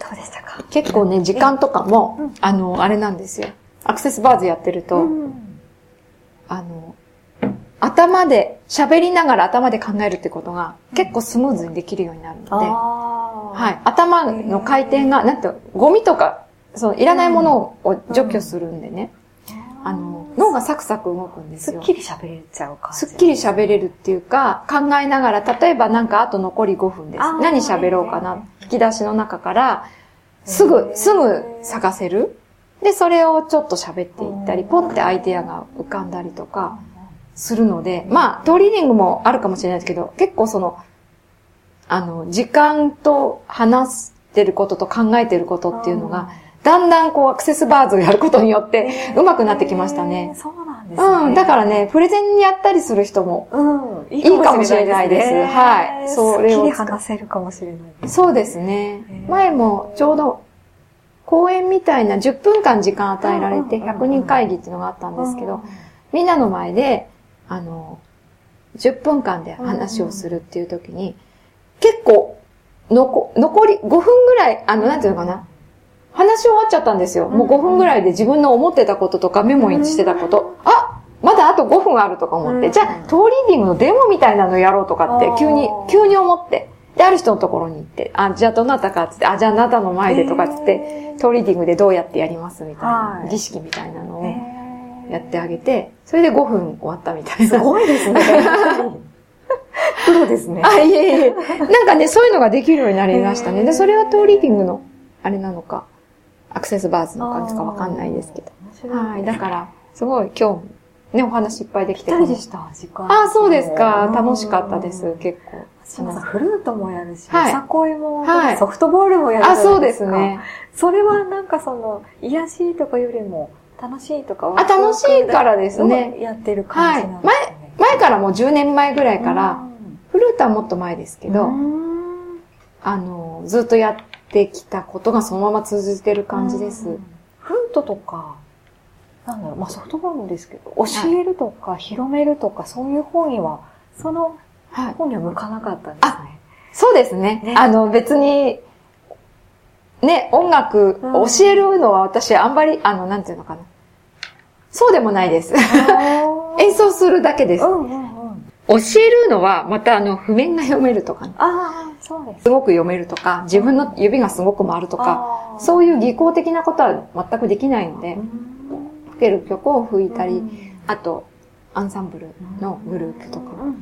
そうでしたか。 結構ね、時間とかも、あれなんですよ。アクセスバーズやってると、頭で、喋りながら頭で考えるってことが結構スムーズにできるようになるので、はい。頭の回転が、なんて、ゴミとか、いらないものを除去するんでね、脳がサクサク動くんですよ。 すっきり喋れちゃう感じ。 すっきり喋れるっていうか、考えながら、例えばなんかあと残り5分です。何喋ろうかな。引き出しの中から、すぐ探せる。で、それをちょっと喋っていったり、ポンってアイデアが浮かんだりとか、するので、まあ、トーリーディングもあるかもしれないですけど、結構時間と話してることと考えてることっていうのが、だんだんアクセスバーズをやることによって、上手くなってきましたね。 そうなんですね。 だからね、プレゼンやったりする人も、いいかもしれないです。はい。 それを。すっきり話せるかもしれないです。 そうですね。前もちょうど、講演みたいな10分間時間与えられて、100人会議っていうのがあったんですけど、みんなの前で、10分間で話をするっていう時に、結構、残り5分ぐらい、なんていうのかな。話終わっちゃったんですよ。もう5分ぐらいで自分の思ってたこととかメモにしてたこと。まだあと5分あるとか思って。じゃあ、トーリーディングのデモみたいなのやろうとかって、急に思って。で、ある人のところに行って、じゃあどなたかっつって、じゃああなたの前でとかっつって、トーリーディングでどうやってやりますみたいな、儀式みたいなのをやってあげて、それで5分終わったみたいな。 すごいですね。プロですね。 いえ。なんかね、そういうのができるようになりましたね。で、それはトーリーディングの、あれなのか、アクセスバーズの感じかわかんないですけど。はい。だから、すごい今日、ね、お話いっぱいできて。 ぴったりでした、時間。 そうですか。楽しかったです、結構。 フルートもやるし、よさこいも、ソフトボールもやるし。そうですね。 それはなんか癒しとかよりも、楽しいとか楽しいからですね。 やってる感じなんですね。 前からもう10年前ぐらいから、フルートはもっと前ですけど、ずっとやってきたことがそのまま続いてる感じです。 フルートとか、ソフトボールもですけど、教えるとか広めるとか、そういう方には、その方には向かなかったんですね。 そうですね。別に、ね、音楽、教えるのは私あんまり、なんていうのかな。そうでもないです。演奏するだけです。教えるのは、また譜面が読めるとかね。 そうです。 すごく読めるとか、自分の指がすごく回るとか、そういう技巧的なことは全くできないので、吹ける曲を吹いたり、あと、アンサンブルのグループとか、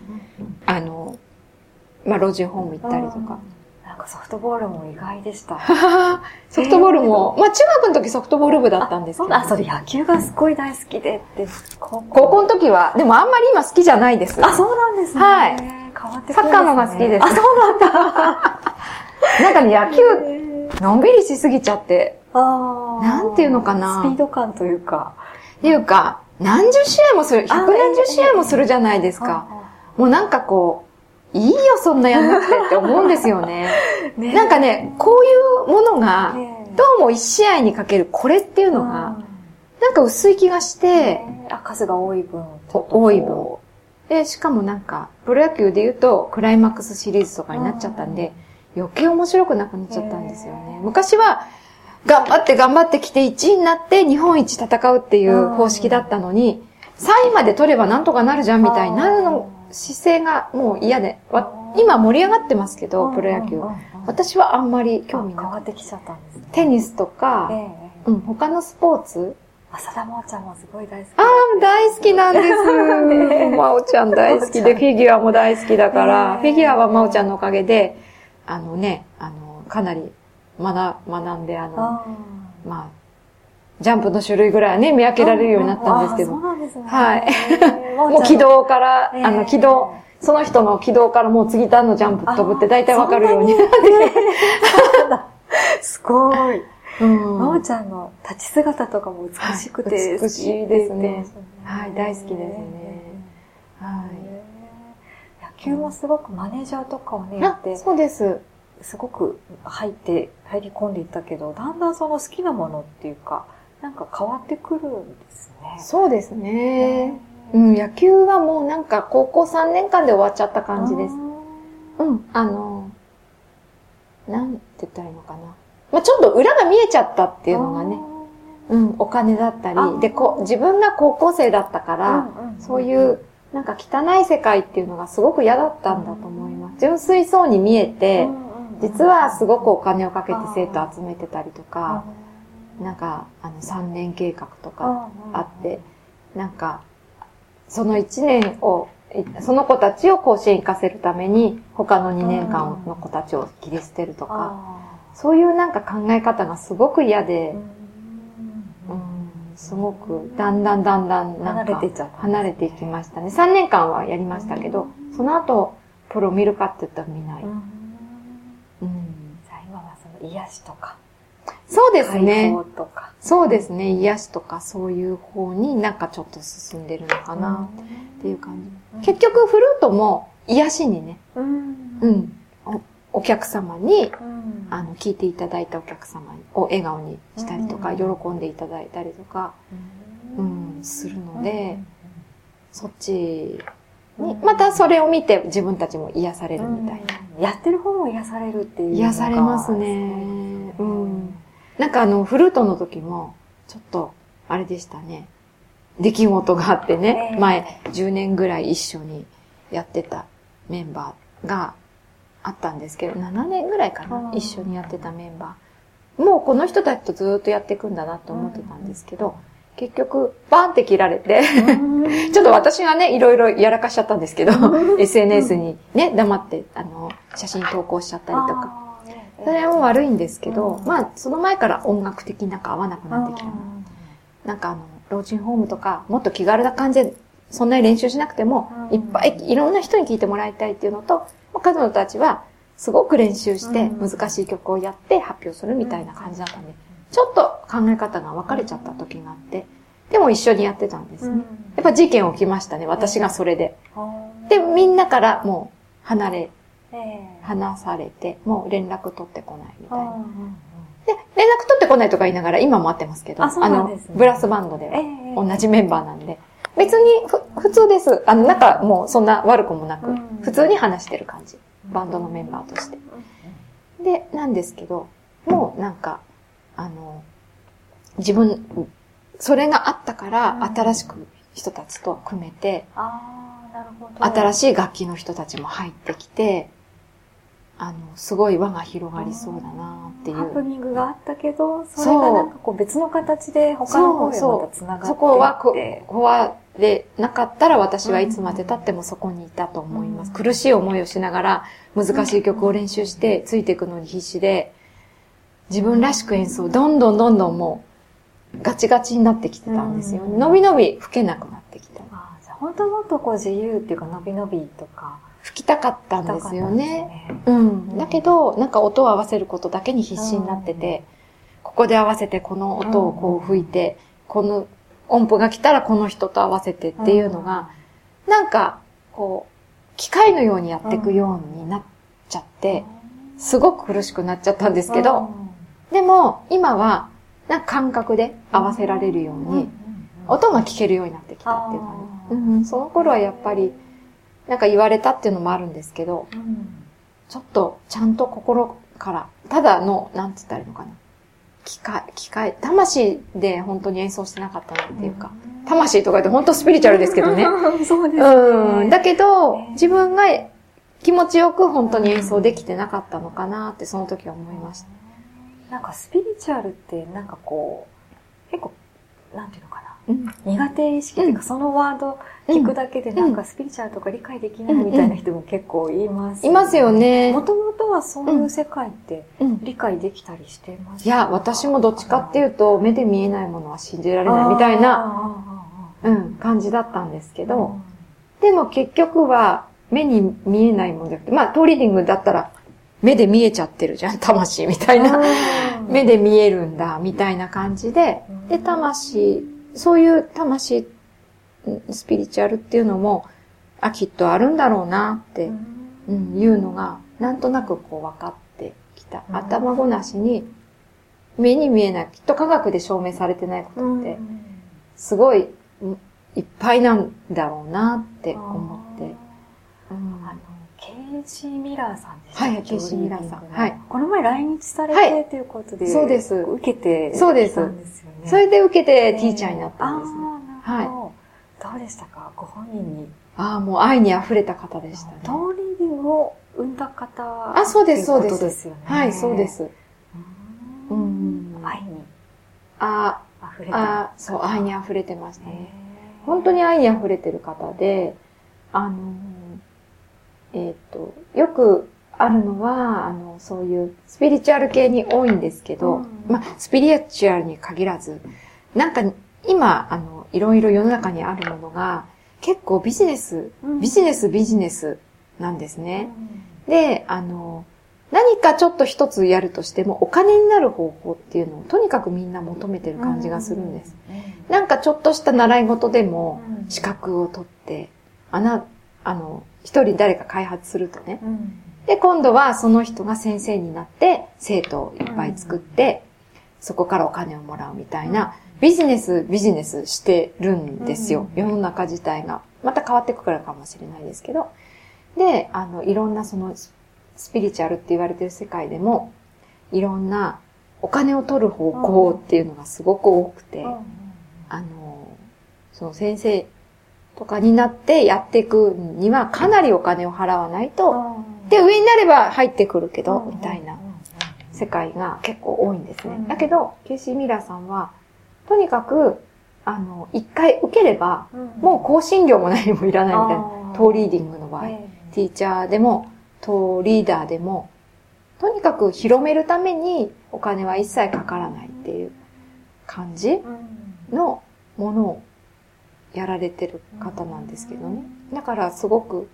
老人ホーム行ったりとか。 なんかソフトボールも意外でした。 ソフトボールも、中学の時ソフトボール部だったんですけど。 それ野球がすごい大好きでって。 高校の時は、でもあんまり今好きじゃないです。 そうなんですね。 はい。 変わってくる。 サッカーのが好きです。 そうなんだ。 なんかね、野球、のんびりしすぎちゃって。なんていうのかな。 スピード感というか。 何十試合もする、百何十試合もするじゃないですか。もうなんかいいよ、そんなやんなくてって思うんですよね。なんかね、こういうものが、どうも一試合にかけるこれっていうのが、なんか薄い気がして、 数が多い分。 多い分。で、しかもなんか、プロ野球で言うと、クライマックスシリーズとかになっちゃったんで、余計面白くなくなっちゃったんですよね。昔は、頑張ってきて1位になって日本一戦うっていう方式だったのに、3位まで取ればなんとかなるじゃんみたいになるの、姿勢がもう嫌で、今盛り上がってますけど、プロ野球。私はあんまり興味なくて。 変わってきちゃったんですね。 テニスとか、他のスポーツ浅田真央ちゃんもすごい大好き。 大好きなんです。真央ちゃん大好きで、フィギュアも大好きだから、フィギュアは真央ちゃんのおかげで、かなり学んで、ジャンプの種類ぐらいはね、見分けられるようになったんですけど。 そうなんですね。 はい。もう軌道から、その人の軌道からもう次何のジャンプ飛ぶって大体わかるようになって。 すごい。真央ちゃんの立ち姿とかも美しくて。 美しいですね。はい、大好きですね。はい。 野球もすごくマネージャーとかをね、やって。 そうです。 すごく入り込んでいったけど、だんだんその好きなものっていうか、なんか変わってくるんですね。 そうですね。野球はもうなんか高校3年間で終わっちゃった感じです。なんて言ったらいいのかな。 まあちょっと裏が見えちゃったっていうのがね、お金だったり、で、自分が高校生だったから、そういうなんか汚い世界っていうのがすごく嫌だったんだと思います。純粋そうに見えて、実はすごくお金をかけて生徒集めてたりとか、なんか、3年計画とかあって、なんか、その1年を、その子たちを甲子園行かせるために、他の2年間の子たちを切り捨てるとか、そういうなんか考え方がすごく嫌で、すごく、だんだんなんか、離れていきましたね。3年間はやりましたけど、その後、プロ見るかって言ったら見ない。じゃあ今はその癒しとか。 そうですね。 解放とか。 そうですね。癒しとかそういう方になんかちょっと進んでるのかなっていう感じ。結局フルートも癒しにね、お客様に、聞いていただいたお客様を笑顔にしたりとか、喜んでいただいたりとか、するので、そっちに、またそれを見て自分たちも癒されるみたいな。 やってる方も癒されるっていう。 癒されますね。なんかフルートの時も、ちょっと、あれでしたね。出来事があってね、前10年ぐらい一緒にやってたメンバーがあったんですけど、7年ぐらいかな、一緒にやってたメンバー。もうこの人たちとずっとやっていくんだなと思ってたんですけど、結局、バーンって切られて、ちょっと私がね、いろいろやらかしちゃったんですけど、SNS にね、黙って、写真投稿しちゃったりとか。それも悪いんですけど、まあ、その前から音楽的になんか合わなくなってきた。なんか老人ホームとか、もっと気軽な感じで、そんなに練習しなくても、いっぱいいろんな人に聴いてもらいたいっていうのと、彼女たちはすごく練習して難しい曲をやって発表するみたいな感じだったんで、ちょっと考え方が分かれちゃった時があって、でも一緒にやってたんですね。やっぱ事件起きましたね、私がそれで。で、みんなからもう離されて、もう連絡取ってこないみたいな。で、連絡取ってこないとか言いながら今も会ってますけど、ブラスバンドで同じメンバーなんで、別に普通です。なんかもうそんな悪くもなく、普通に話してる感じ。バンドのメンバーとして。で、なんですけど、もうなんか、自分、それがあったから、新しく人たちと組めて、新しい楽器の人たちも入ってきて、すごい輪が広がりそうだなっていう。 ハプニングがあったけど、それがなんかこう別の形で他の方へまた繋がっていって。 そこは壊れなかったら私はいつまで経ってもそこにいたと思います。苦しい思いをしながら難しい曲を練習してついていくのに必死で、自分らしく演奏、どんどんもうガチガチになってきてたんですよ。のびのび吹けなくなってきた。 本当もっとこう自由っていうかのびのびとか。 吹きたかったんですよね。だけど、なんか音を合わせることだけに必死になってて、ここで合わせてこの音をこう吹いて、この音符が来たらこの人と合わせてっていうのが、なんか、こう、機械のようにやっていくようになっちゃって、すごく苦しくなっちゃったんですけど、でも今は、なんか感覚で合わせられるように、音が聞けるようになってきたっていう感じ。その頃はやっぱり、なんか言われたっていうのもあるんですけど、ちょっとちゃんと心から、ただの、なんて言ったらいいのかな。機械、魂で本当に演奏してなかったなっていうか、魂とか言って本当スピリチュアルですけどね。 そうですね。 だけど、自分が気持ちよく本当に演奏できてなかったのかなってその時は思いました。 なんかスピリチュアルってなんかこう、結構、なんていうのかな。苦手意識っていうか、そのワード聞くだけでなんかスピリチュアルとか理解できないみたいな人も結構います、 いますよね。 もともとはそういう世界って理解できたりしてますか？ いや、私もどっちかっていうと、目で見えないものは信じられないみたいな、感じだったんですけど、でも結局は目に見えないものじゃなくて、まあ、トーリーディングだったら目で見えちゃってるじゃん、魂みたいな。目で見えるんだ、みたいな感じで、で、そういう魂、スピリチュアルっていうのも、きっとあるんだろうなって、いうのが、なんとなくこう分かってきた。頭ごなしに、目に見えない、きっと科学で証明されてないことって、すごいいっぱいなんだろうなって思って。 経イシー・ミラーさんでしたっけ？ はい、ケイシー・ミラーさん。はい。 この前来日されてということで、 そうです。 受けてそうです。それで受けてティーチャーになったんですね。 なるほど。どうでしたか？ご本人に。 もう愛に溢れた方でしたね。 トーリーディングを生んだ方そうです、そうです。 ですよね。 はい、そうです。 愛に溢れてそう、愛に溢れてましたね。本当に愛に溢れてる方で、よくあるのは、そういうスピリチュアル系に多いんですけど、スピリチュアルに限らず、なんか今、いろいろ世の中にあるものが、結構ビジネスなんですね。で、何かちょっと一つやるとしても、お金になる方法っていうのをとにかくみんな求めてる感じがするんです。なんかちょっとした習い事でも、資格を取って、一人誰か開発するとね。で、今度はその人が先生になって、生徒をいっぱい作って、そこからお金をもらうみたいな、ビジネスしてるんですよ。世の中自体が。また変わってくるかもしれないですけど。で、いろんなその、スピリチュアルって言われてる世界でも、いろんなお金を取る方向っていうのがすごく多くて、その先生とかになってやっていくにはかなりお金を払わないと、で、上になれば入ってくるけど、みたいな世界が結構多いんですね。だけど、ケイシー・ミラーさんは、とにかく、一回受ければ、もう更新料も何もいらないみたいな。トーリーディングの場合、ティーチャーでも、トーリーダーでも、とにかく広めるためにお金は一切かからないっていう感じのものをやられてる方なんですけどね。だからすごく、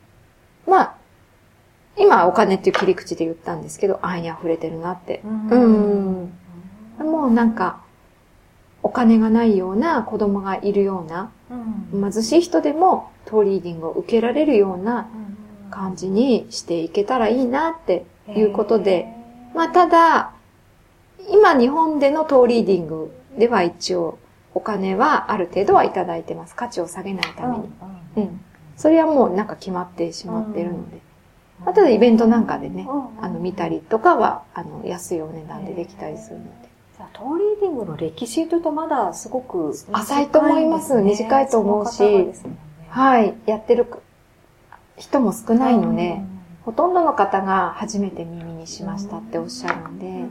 今お金っていう切り口で言ったんですけど、愛に溢れてるなって。もうなんか、お金がないような子供がいるような、貧しい人でもトーリーディングを受けられるような感じにしていけたらいいなっていうことで、ただ、今日本でのトーリーディングでは一応お金はある程度はいただいてます。価値を下げないために。それはもうなんか決まってしまってるので。あとでイベントなんかでね、見たりとかは、安いお値段でできたりするので。 トーリーディングの歴史というとまだすごく浅いと思います。短いと思うし、はい、やってる人も少ないので、ほとんどの方が初めて耳にしましたっておっしゃるんで、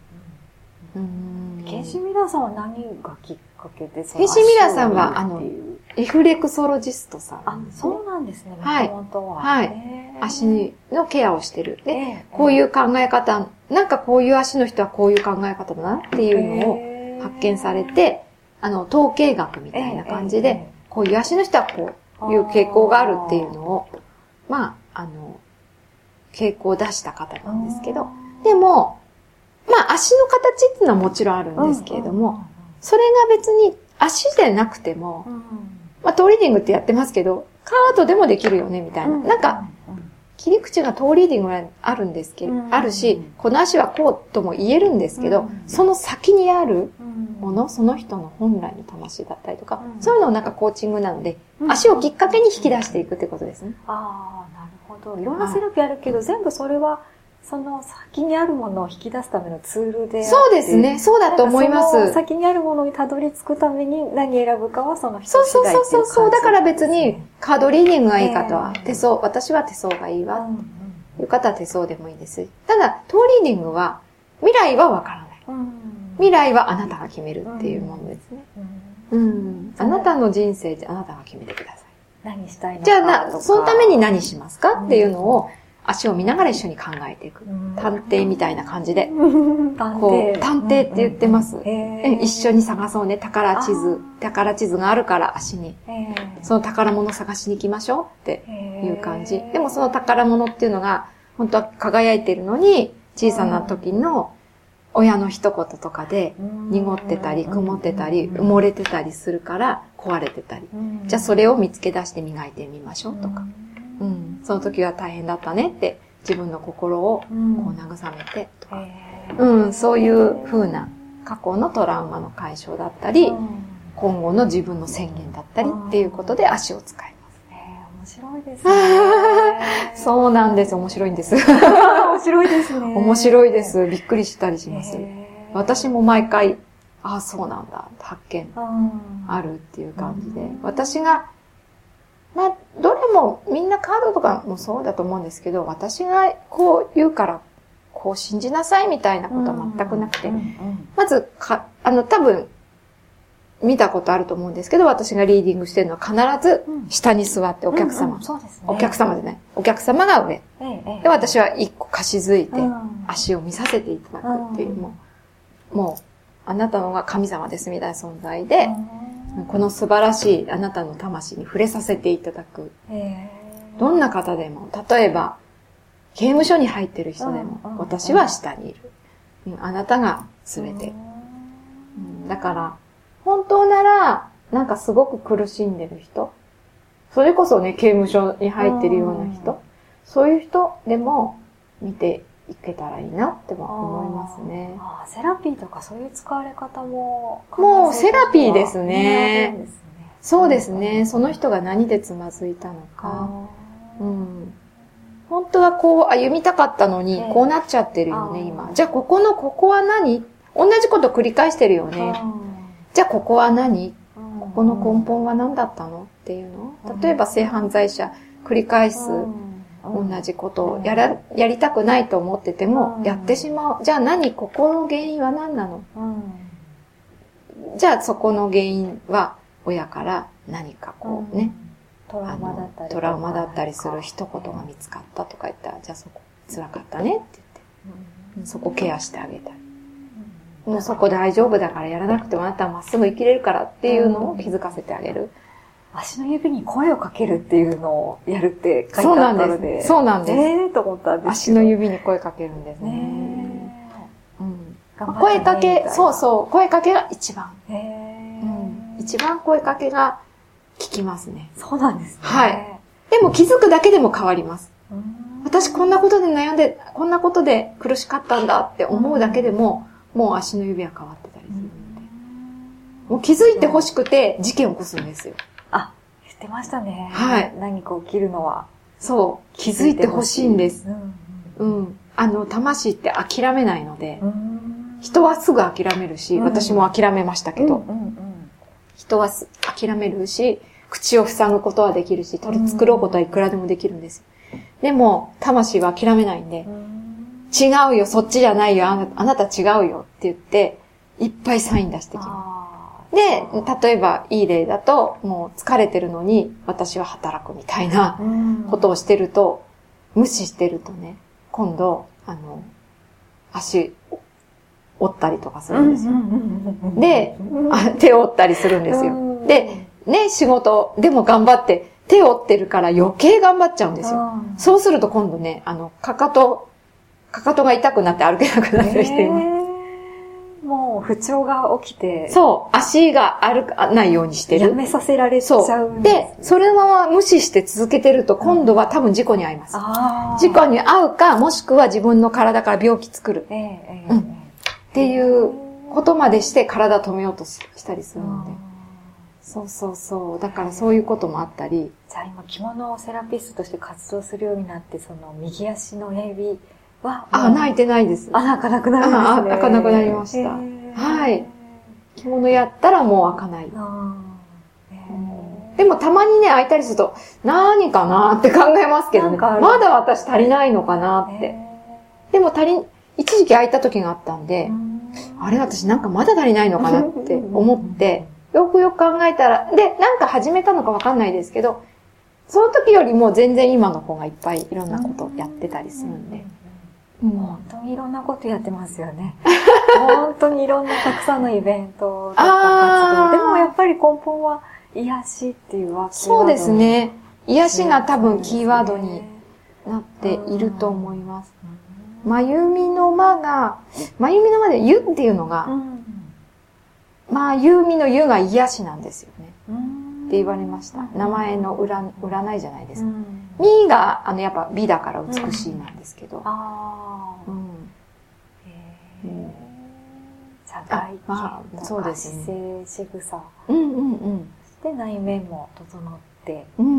ケイシー・ミラーさんは何がきっかけでケイシー・ミラーさんは、リフレクソロジストさん。 そうなんですね、 元々は。はい。足のケアをしてる。で、こういう考え方、なんかこういう足の人はこういう考え方だなっていうのを発見されて、統計学みたいな感じで、こういう足の人はこういう傾向があるっていうのを、傾向を出した方なんですけど、でも、足の形っていうのはもちろんあるんですけれども、それが別に足でなくても、トーリーディングってやってますけど、カートでもできるよね、みたいな。なんか、切り口がトーリーディングはあるんですけど、あるし、この足はこうとも言えるんですけど、その先にあるもの、その人の本来の魂だったりとか、そういうのをなんかコーチングなので、足をきっかけに引き出していくってことですね。 なるほど。いろんなセラピーあるけど、全部それは、その先にあるものを引き出すためのツールで。 そうですね。そうだと思います。 その先にあるものにたどり着くために何選ぶかはその人次第っていう感じ。 そう。だから別にカードリーディングがいい方は手相、私は手相がいいわ。いう方は手相でもいいです。ただ、トーリーディングは未来はわからない。未来はあなたが決めるっていうものですね。あなたの人生であなたが決めてください。 何したいのか。 じゃあそのために何しますかっていうのを、足を見ながら一緒に考えていく。探偵みたいな感じで。探偵って言ってます。一緒に探そうね。宝地図があるから足に。その宝物探しに行きましょうっていう感じ。でもその宝物っていうのが、本当は輝いてるのに、小さな時の親の一言とかで濁ってたり、曇ってたり、埋もれてたりするから壊れてたり。じゃあそれを見つけ出して磨いてみましょうとか。その時は大変だったねって自分の心をこう慰めてとか、そういう風な過去のトラウマの解消だったり、今後の自分の宣言だったりっていうことで足を使います。 面白いですね。 そうなんです。面白いんです。 面白いですね。 面白いです。びっくりしたりします。私も毎回、ああ、そうなんだ、発見あるっていう感じで。私が、どれもみんなカードとかもそうだと思うんですけど、私がこう言うから、こう信じなさいみたいなことは全くなくて、まず多分、見たことあると思うんですけど、私がリーディングしてるのは必ず下に座ってお客様。 そうですね。 お客様じゃない。お客様が上。で、私は一個かしづいて、足を見させていただくっていう、もう、あなたのが神様ですみたいな存在で、この素晴らしいあなたの魂に触れさせていただく。どんな方でも、例えば、刑務所に入ってる人でも、私は下にいる。あなたが全て。だから、本当なら、なんかすごく苦しんでる人、それこそね、刑務所に入ってるような人、そういう人でも見ていけたらいいなって思いますね。 セラピーとかそういう使われ方も、 もうセラピーですね。そうですね。その人が何でつまずいたのか。本当はこう歩みたかったのに、こうなっちゃってるよね、今。じゃあここは何？同じこと繰り返してるよね。じゃあここは何？ここの根本は何だったのっていうの？例えば性犯罪者繰り返す同じことをやりたくないと思っててもやってしまう。じゃあここの原因は何なの？じゃあそこの原因は親から何かこうね、トラウマだったりする一言が見つかったとか言ったら、じゃあそこ辛かったねって言って、そこケアしてあげたり。もうそこ大丈夫だからやらなくてもあなたはまっすぐ生きれるからっていうのを気づかせてあげる。 足の指に声をかけるっていうのをやるって書いてあったので。 そうなんです。 と思ったんです。 足の指に声かけるんですね。声かけ、声かけが一番。一番声かけが効きますね。 そうなんですね。 はい。でも気づくだけでも変わります。私こんなことで悩んで、こんなことで苦しかったんだって思うだけでも、もう足の指は変わってたりするので。もう気づいて欲しくて事件を起こすんですよ。 言ってましたね。 はい。 何か起きるのは。 そう。気づいて欲しいんです。魂って諦めないので、人はすぐ諦めるし、私も諦めましたけど、人は諦めるし、口を塞ぐことはできるし、作ろうことはいくらでもできるんです。でも、魂は諦めないんで、違うよ、そっちじゃないよ、あなた違うよって言って、いっぱいサイン出してきます。で、例えばいい例だと、もう疲れてるのに私は働くみたいなことをしてると、無視してるとね、今度、足折ったりとかするんですよ。で、手を折ったりするんですよ。で、ね、仕事、でも頑張って、手を折ってるから余計頑張っちゃうんですよ。そうすると今度ね、かかとが痛くなって歩けなくなったりしています。 もう不調が起きて。 そう。足が歩かないようにしてる。 やめさせられちゃうんです。 で、それのまま無視して続けてると今度は多分事故に遭います。事故に遭うか、もしくは自分の体から病気作る。っていうことまでして体止めようとしたりするので。そう。だからそういうこともあったり。 じゃあ今着物セラピストとして活動するようになって、その右足の親指は泣いてないです。 開かなくなるんですね。 開かなくなりました。はい。着物やったらもう開かない。でもたまにね、開いたりすると、何かなって考えますけどね。まだ私足りないのかなって。でも一時期開いた時があったんで、あれ私なんかまだ足りないのかなって思って、よくよく考えたら、で、なんか始めたのかわかんないですけど、その時よりも全然今の子がいっぱいいろんなことやってたりするんで。 本当にいろんなことやってますよね。本当にいろんなたくさんのイベントとか活動。でもやっぱり根本は癒しっていうワード。 そうですね。癒しが多分キーワードになっていると思います。まゆみの間でゆっていうのが、まゆみのゆが癒しなんですよね。って言われました。名前の占いじゃないですか。みが、やっぱ美だから美しいなんですけど。 社会系とか姿勢、仕草。で内面も整って、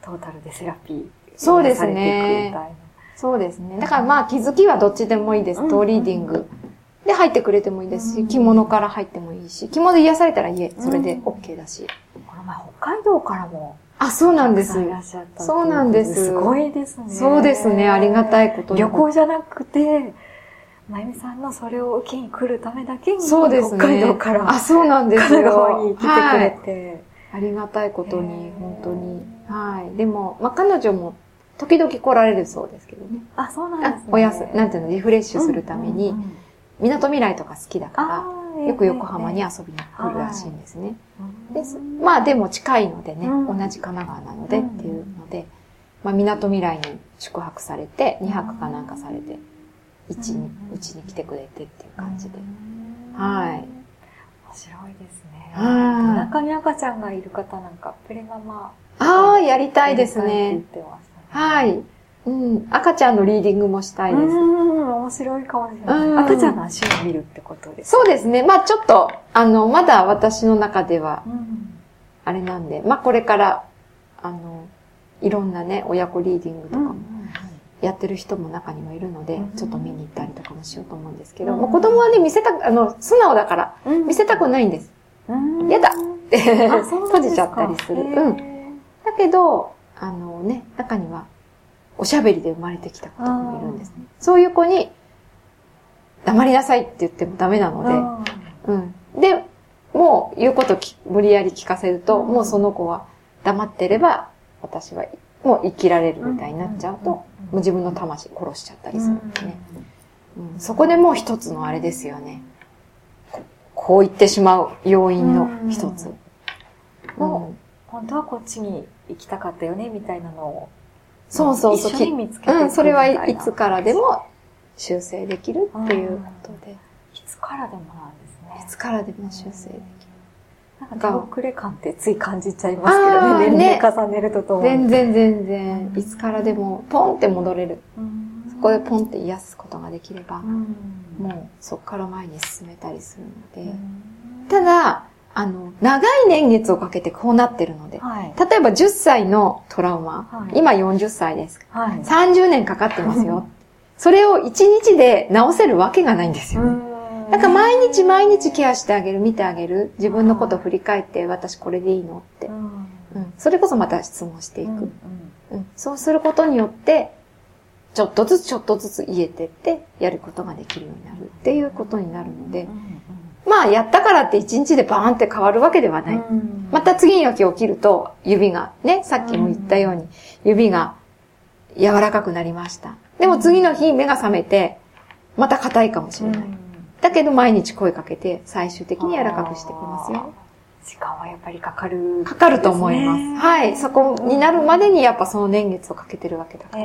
トータルでセラピー。 そうですね。そうですね。だからまあ気づきはどっちでもいいです。トーリーディングで入ってくれてもいいですし、着物から入ってもいいし、着物で癒されたらそれで OK だし。 この前北海道からも。 そうなんです。そうなんです。 すごいですね。 そうですね。ありがたいことに。 旅行じゃなくて、まゆみさんのそれを受けに来るためだけに、 そうですね。 北海道から。 そうなんですよ。 神奈川に来てくれて。 ありがたいことに、本当に。はい。でも、まあ、彼女も時々来られるそうですけどね。 そうなんですね。 なんていうの、リフレッシュするために、港未来とか好きだから、よく横浜に遊びに来るらしいんですね。まあでも近いのでね、同じ神奈川なのでっていうので、まあ港未来に宿泊されて、2泊かなんかされて、うちに来てくれてっていう感じで。はい。 面白いですね。中に赤ちゃんがいる方なんか、プレママ。 やりたいですね。はい。赤ちゃんのリーディングもしたいです。 面白いかもしれない。赤ちゃんの足を見るってことですか？ そうですね。まあちょっと、まだ私の中では、あれなんで、まあこれから、いろんなね、親子リーディングとかも、やってる人も中にもいるので、ちょっと見に行ったりとかもしようと思うんですけど、子供はね、素直だから、見せたくないんです。やだって閉じちゃったりする。だけど、中には、おしゃべりで生まれてきた子とかもいるんですね。そういう子に、黙りなさいって言ってもダメなので、で、もう言うこと無理やり聞かせると、もうその子は黙ってれば、私はもう生きられるみたいになっちゃうと、もう自分の魂殺しちゃったりするんですね。そこでもう一つのあれですよね。こう言ってしまう要因の一つ。 本当はこっちに行きたかったよね、みたいなのを。 そう。 一緒に見つけていくみたいな。 それはいつからでも修正できるっていうことで。 いつからでもなんですね。 いつからでも修正できる。 なんか手遅れ感ってつい感じちゃいますけどね、年齢重ねるとともに。 全然。いつからでもポンって戻れる。そこでポンって癒すことができれば、もうそこから前に進めたりするので。ただ、長い年月をかけてこうなってるので、例えば10歳のトラウマ、今40歳です。30年かかってますよ。それを1日で治せるわけがないんですよね。だから毎日ケアしてあげる、見てあげる、自分のことを振り返って、私これでいいのって。それこそまた質問していく。そうすることによって、ちょっとずつ癒えてって、やることができるようになるっていうことになるので、まあ、やったからって1日でバーンって変わるわけではない。また次の日起きると、指がね、さっきも言ったように、指が柔らかくなりました。でも次の日目が覚めて、また硬いかもしれない。だけど毎日声かけて、最終的に柔らかくしてきますよ。 時間はやっぱりかかる。 かかると思います。はい。そこになるまでにやっぱその年月をかけてるわけだから。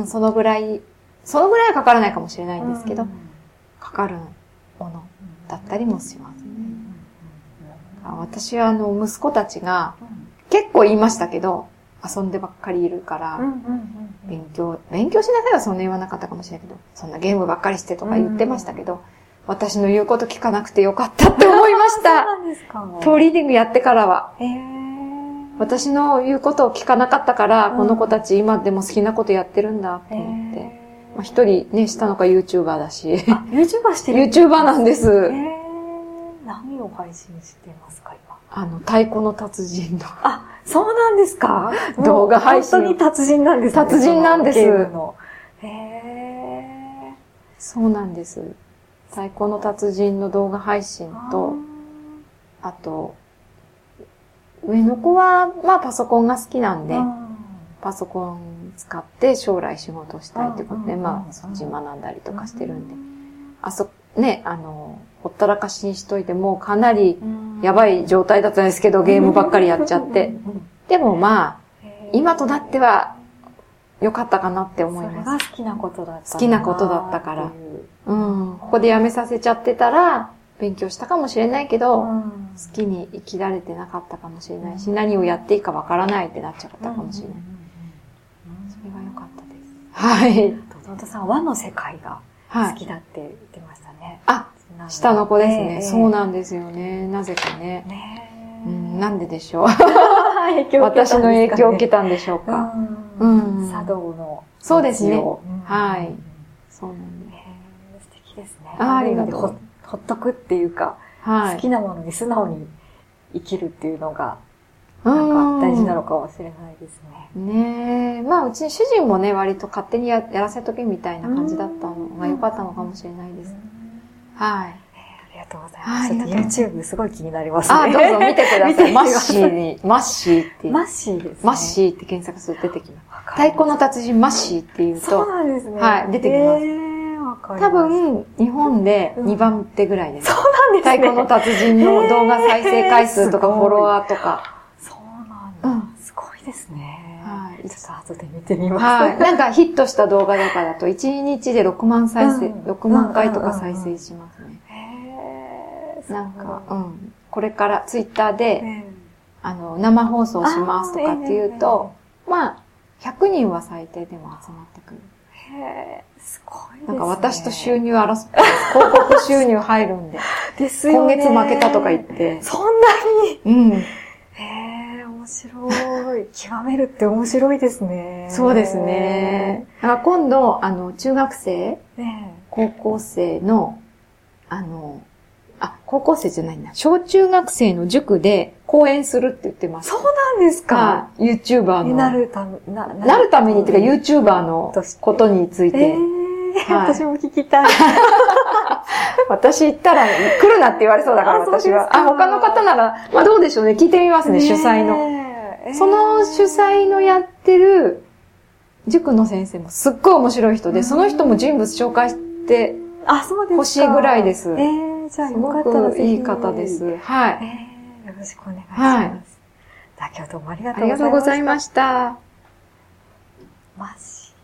そのぐらいはかからないかもしれないんですけど、かかるものだったりもしますね。私は息子たちが結構言いましたけど、遊んでばっかりいるから、勉強しなさいはそんな言わなかったかもしれないけど、そんなゲームばっかりしてとか言ってましたけど、私の言うこと聞かなくてよかったって思いました。 そうなんですか。 トーリーディングやってからは。私の言うことを聞かなかったから、この子たち今でも好きなことやってるんだって思って。一人ね、下の子は YouTuber だし。 YouTuber してる ?YouTuber なんです。 何を配信してますか、 今。太鼓の達人の。 そうなんですか？ 動画配信。 本当に達人なんですね。 達人なんです。そうなんです。太鼓の達人の動画配信と、あと、上の子は、まあパソコンが好きなんで、パソコン使って将来仕事したいってことで、まあそっち学んだりとかしてるんで、ほったらかしにしといてもかなりやばい状態だったんですけど、ゲームばっかりやっちゃって。でもまあ、今となっては良かったかなって思います。 それが好きなことだった。 好きなことだったから。ここでやめさせちゃってたら、勉強したかもしれないけど、好きに生きられてなかったかもしれないし、何をやっていいかわからないってなっちゃったかもしれない。それは良かったです。はい。 弟さん、和の世界が好きだって言ってましたね。 下の子ですね。そうなんですよね。なぜかね。なんででしょう。 私の影響を受けたんでしょうか。 茶道の。 そうですね。はい。そうなんです。 素敵ですね。 ありがとう。 ほっとくっていうか、好きなものに素直に生きるっていうのが、なんか大事なのかもしれないですね。 ねえ。まあ、うち主人もね、割と勝手にやらせとけみたいな感じだったのが良かったのかもしれないです。はい。 ありがとうございます。ちょっと YouTube すごい気になりますね。 どうぞ見てください。マッシーって。 マッシーですね。 マッシーって検索すると出てきます。太鼓の達人マッシーっていうと。 そうなんですね。 はい、出てきます。多分、日本で2番手ぐらいです。 そうなんですね。 太鼓の達人の動画再生回数とかフォロワーとか。 そうなんだ。すごいですね。はい。ちょっと後で見てみます。 はい。なんかヒットした動画とかだと1日で6万再生、6万回とか再生しますね。なんか、これからツイッターで、生放送しますとかっていうと、まあ、100人は最低でも集まってくる。 すごいですね。 なんか私と収入広告収入入るんで。 ですよね。 今月負けたとか言って。 そんなに面白い。極めるって面白いですね。 そうですね。今度、中学生、高校生の、高校生じゃないな。小中学生の塾で講演するって言ってます。 そうなんですか。 YouTuber の。 なるためにっていうか YouTuber のことについて。 私も聞きたい。 私行ったら来るなって言われそうだから私は。他の方なら、まあどうでしょうね。聞いてみますね、主催の。その主催のやってる塾の先生もすっごい面白い人で、その人も人物紹介して欲しいぐらいです。 じゃあよかったらすごくいい方です。はい。 よろしくお願いします。今日どうもありがとうございました。 ありがとうございました。 マッシ